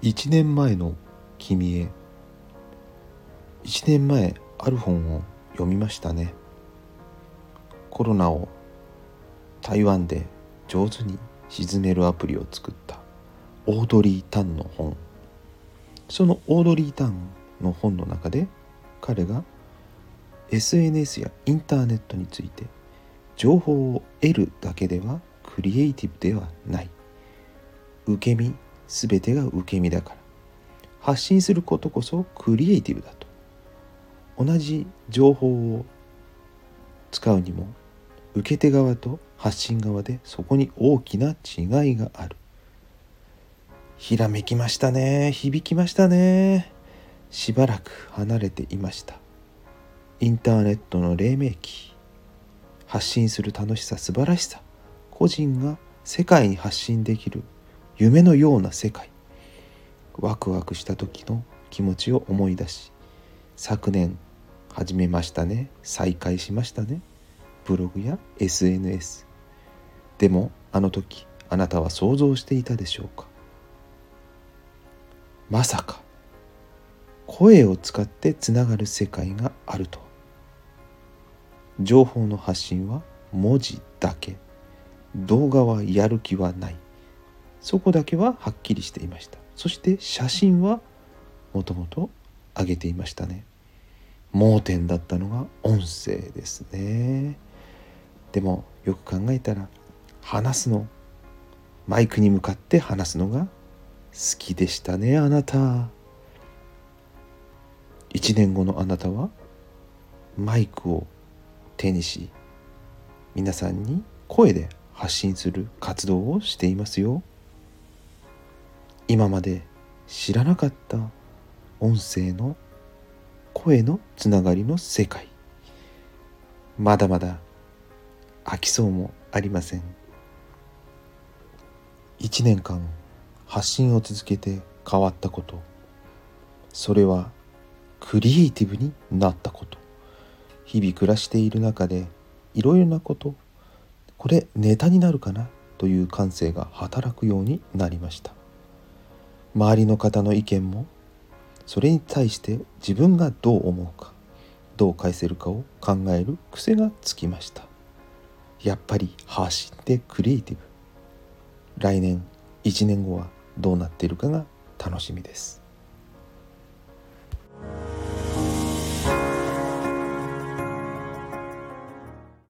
1年前の君へ。1年前ある本を読みましたね。コロナを台湾で上手に沈めるアプリを作ったオードリー・タンの本。そのオードリー・タンの本の中で彼が SNS やインターネットについて情報を得るだけではクリエイティブではない。受け身、すべてが受け身だから。発信することこそクリエイティブだと。同じ情報を使うにも受け手側と発信側でそこに大きな違いがある。ひらめきましたね。響きましたね。しばらく離れていました。インターネットの黎明期、発信する楽しさ、素晴らしさ、個人が世界に発信できる夢のような世界、ワクワクした時の気持ちを思い出し、昨年始めましたね。再開しましたね。ブログや SNS。 でもあの時あなたは想像していたでしょうか。まさか声を使ってつながる世界があると。情報の発信は文字だけ、動画はやる気はない。そこだけははっきりしていました。そして写真はもともと上げていましたね。盲点だったのが音声ですね。でもよく考えたら話すの、マイクに向かって話すのが好きでしたね。あなた1年後のあなたはマイクを手にし、皆さんに声で発信する活動をしていますよ。今まで知らなかった音声の声のつながりの世界、まだまだ飽きそうもありません。1年間発信を続けて変わったこと、それはクリエイティブになったこと。日々暮らしている中でいろいろなこと、これネタになるかなという感性が働くようになりました。周りの方の意見もそれに対して自分がどう思うか、どう返せるかを考える癖がつきました。やっぱり発信ってクリエイティブ。来年1年後はどうなっているかが楽しみです。